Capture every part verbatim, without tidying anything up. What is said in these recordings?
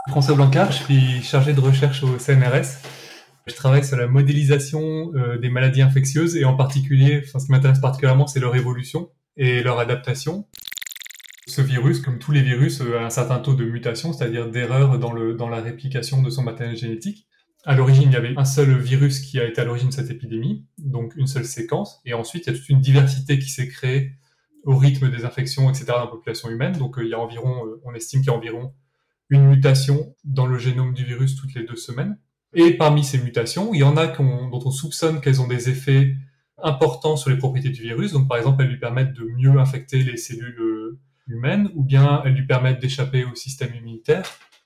François Blancard, je suis chargé de recherche au C N R S. Je travaille sur la modélisation euh, des maladies infectieuses et en particulier, enfin, ce qui m'intéresse particulièrement, c'est leur évolution et leur adaptation. Ce virus, comme tous les virus, a un certain taux de mutation, c'est-à-dire d'erreur dans, le, dans la réplication de son matériel génétique. À l'origine, il y avait un seul virus qui a été à l'origine de cette épidémie, donc une seule séquence, et ensuite il y a toute une diversité qui s'est créée au rythme des infections, et cetera, dans la population humaine. Donc euh, il y a environ, euh, on estime qu'il y a environ une mutation dans le génome du virus toutes les deux semaines. Et parmi ces mutations, il y en a qu'on, dont on soupçonne qu'elles ont des effets importants sur les propriétés du virus. Donc par exemple, elles lui permettent de mieux infecter les cellules humaines, ou bien elles lui permettent d'échapper au système immunitaire,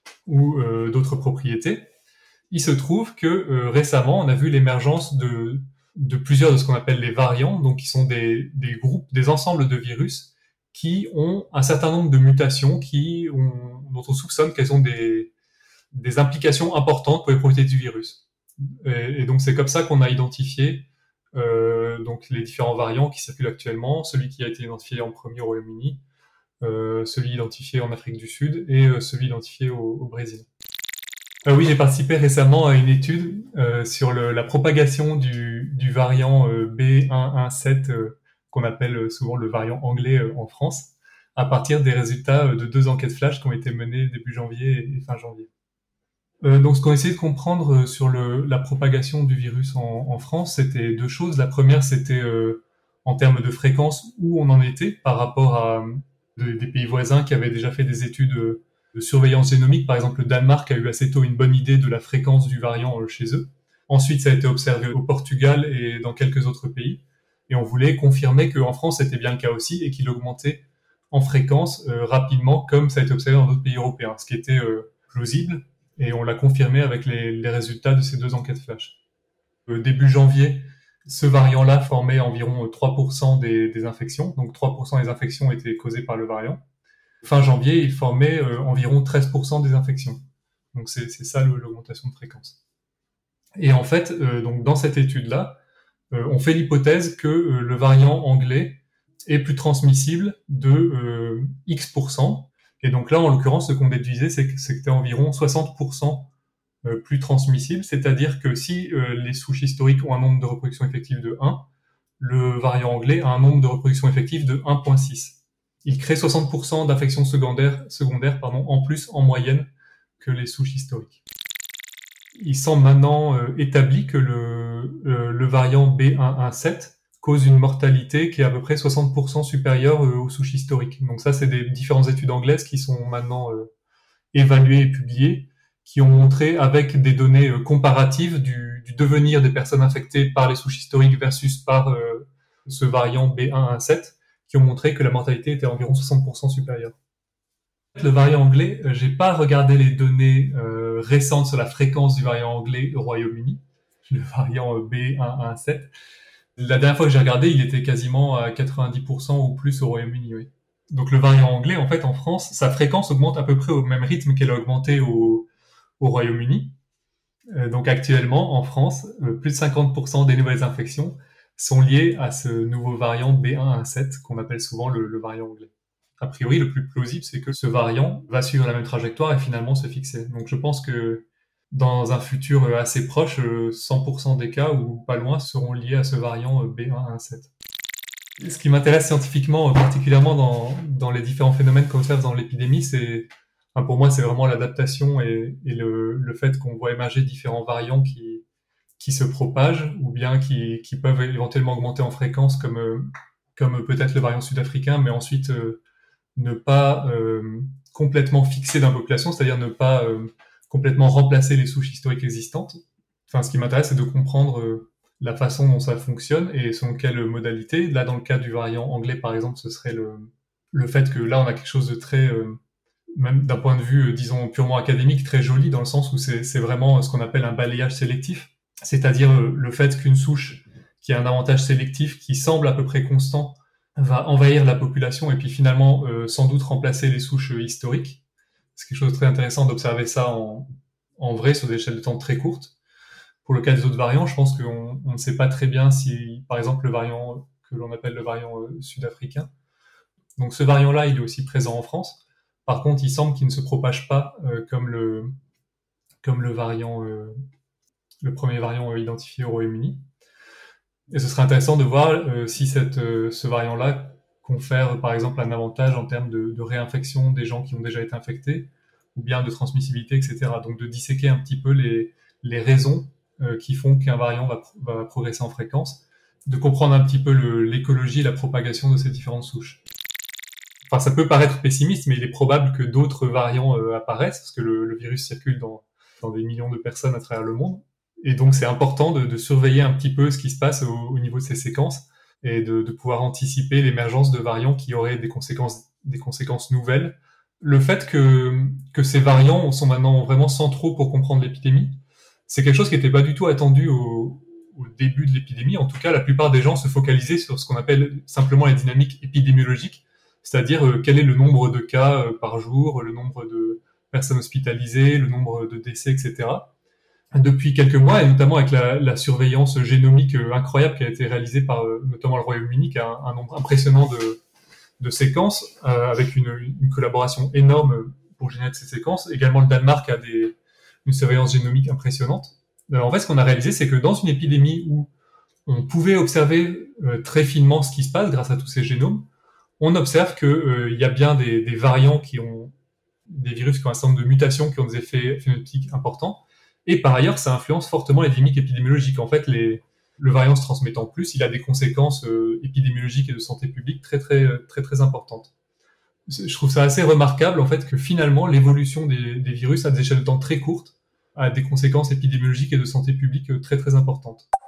ou euh, d'autres propriétés. Il se trouve que euh, récemment, on a vu l'émergence de, de plusieurs de ce qu'on appelle les variants, donc qui sont des, des groupes, des ensembles de virus qui ont un certain nombre de mutations qui ont, dont on soupçonne qu'elles ont des, des implications importantes pour les propriétés du virus. Et, et donc c'est comme ça qu'on a identifié euh, donc les différents variants qui circulent actuellement, celui qui a été identifié en premier au Royaume-Uni, euh, celui identifié en Afrique du Sud et euh, celui identifié au, au Brésil. Euh, oui, j'ai participé récemment à une étude euh, sur le, la propagation du, du variant euh, B un un sept, euh, qu'on appelle souvent le variant anglais euh, en France, à partir des résultats euh, de deux enquêtes flash qui ont été menées début janvier et, et fin janvier. Euh, donc, ce qu'on essayait de comprendre sur le, la propagation du virus en, en France, c'était deux choses. La première, c'était euh, en termes de fréquence, où on en était par rapport à de, des pays voisins qui avaient déjà fait des études euh, de surveillance génomique. Par exemple, le Danemark a eu assez tôt une bonne idée de la fréquence du variant euh, chez eux. Ensuite, ça a été observé au Portugal et dans quelques autres pays. Et on voulait confirmer qu'en France, c'était bien le cas aussi et qu'il augmentait en fréquence euh, rapidement, comme ça a été observé dans d'autres pays européens, ce qui était euh, plausible. Et on l'a confirmé avec les, les résultats de ces deux enquêtes flash. Euh, début janvier, ce variant-là formait environ trois pour cent des, des infections. Donc trois pour cent des infections étaient causées par le variant. Fin janvier, il formait euh, environ treize pour cent des infections. Donc c'est, c'est ça le, l'augmentation de fréquence. Et en fait, euh, donc dans cette étude-là, euh, on fait l'hypothèse que euh, le variant anglais est plus transmissible de euh, X pour cent. Et donc là, en l'occurrence, ce qu'on déduisait, c'est que c'était environ soixante pour cent euh, plus transmissible, c'est-à-dire que si euh, les souches historiques ont un nombre de reproductions effectives de un, le variant anglais a un nombre de reproductions effectives de un virgule six. Il crée soixante pour cent d'infections secondaires, secondaires pardon, en plus en moyenne que les souches historiques. Il semble maintenant euh, établi que le, euh, le variant B un un sept cause une mortalité qui est à peu près soixante pour cent supérieure euh, aux souches historiques. Donc ça, c'est des différentes études anglaises qui sont maintenant euh, évaluées et publiées, qui ont montré avec des données euh, comparatives du, du devenir des personnes infectées par les souches historiques versus par euh, ce variant B un un sept, qui ont montré que la mortalité était environ soixante pour cent supérieure. Le variant anglais, euh, j'ai pas regardé les données euh, récentes sur la fréquence du variant anglais au Royaume-Uni, le variant euh, B un un sept. La dernière fois que j'ai regardé, il était quasiment à quatre-vingt-dix pour cent ou plus au Royaume-Uni, oui. Donc le variant anglais, en fait, en France, sa fréquence augmente à peu près au même rythme qu'elle a augmenté au, au Royaume-Uni. Euh, donc actuellement, en France, euh, plus de cinquante pour cent des nouvelles infections sont liées à ce nouveau variant B un un sept qu'on appelle souvent le, le variant anglais. A priori, le plus plausible, c'est que ce variant va suivre la même trajectoire et finalement se fixer. Donc je pense que dans un futur assez proche, cent pour cent des cas ou pas loin seront liés à ce variant B un un sept. Ce qui m'intéresse scientifiquement, particulièrement dans, dans les différents phénomènes qu'on observe dans l'épidémie, c'est, enfin pour moi, c'est vraiment l'adaptation et, et le, le fait qu'on voit émerger différents variants qui, qui se propagent ou bien qui, qui peuvent éventuellement augmenter en fréquence, comme, comme peut-être le variant sud-africain, mais ensuite euh, ne pas euh, complètement fixer dans la population, c'est-à-dire ne pas euh, complètement remplacer les souches historiques existantes. Enfin, ce qui m'intéresse, c'est de comprendre euh, la façon dont ça fonctionne et selon quelle modalité. Là, dans le cas du variant anglais, par exemple, ce serait le, le fait que là, on a quelque chose de très, euh, même d'un point de vue, euh, disons, purement académique, très joli, dans le sens où c'est, c'est vraiment ce qu'on appelle un balayage sélectif, c'est-à-dire euh, le fait qu'une souche qui a un avantage sélectif qui semble à peu près constant va envahir la population et puis finalement euh, sans doute remplacer les souches euh, historiques. C'est quelque chose de très intéressant d'observer ça en, en vrai sur des échelles de temps très courtes. Pour le cas des autres variants, je pense qu'on on ne sait pas très bien si, par exemple, le variant que l'on appelle le variant euh, sud-africain. Donc ce variant-là, il est aussi présent en France. Par contre, il semble qu'il ne se propage pas euh, comme le comme le variant, euh, le premier variant euh, identifié au Royaume-Uni. Et ce serait intéressant de voir euh, si cette, euh, ce variant-là confère, par exemple, un avantage en termes de, de réinfection des gens qui ont déjà été infectés, ou bien de transmissibilité, et cetera. Donc de disséquer un petit peu les, les raisons euh, qui font qu'un variant va, va progresser en fréquence, de comprendre un petit peu le, l'écologie et la propagation de ces différentes souches. Enfin, ça peut paraître pessimiste, mais il est probable que d'autres variants euh, apparaissent, parce que le, le virus circule dans, dans des millions de personnes à travers le monde. Et donc, c'est important de, de surveiller un petit peu ce qui se passe au, au niveau de ces séquences et de, de pouvoir anticiper l'émergence de variants qui auraient des conséquences, des conséquences nouvelles. Le fait que, que ces variants sont maintenant vraiment centraux pour comprendre l'épidémie, c'est quelque chose qui n'était pas du tout attendu au, au début de l'épidémie. En tout cas, la plupart des gens se focalisaient sur ce qu'on appelle simplement les dynamiques épidémiologiques, c'est-à-dire euh, quel est le nombre de cas euh, par jour, le nombre de personnes hospitalisées, le nombre de décès, et cetera. Depuis quelques mois, et notamment avec la, la surveillance génomique euh, incroyable qui a été réalisée par euh, notamment le Royaume-Uni, qui a un, un nombre impressionnant de, de séquences, euh, avec une, une collaboration énorme pour générer ces séquences. Également, le Danemark a des, une surveillance génomique impressionnante. Euh, en fait, ce qu'on a réalisé, c'est que dans une épidémie où on pouvait observer euh, très finement ce qui se passe grâce à tous ces génomes, on observe qu'il euh, y a bien des, des variants qui ont des virus qui ont un certain nombre de mutations qui ont des effets phénotypiques importants. Et par ailleurs, ça influence fortement les dynamiques épidémiologiques. En fait, les, le variant se transmettant plus, il a des conséquences euh, épidémiologiques et de santé publique très très très très importantes. Je trouve ça assez remarquable en fait que finalement l'évolution des, des virus à des échelles de temps très courtes a des conséquences épidémiologiques et de santé publique très très importantes.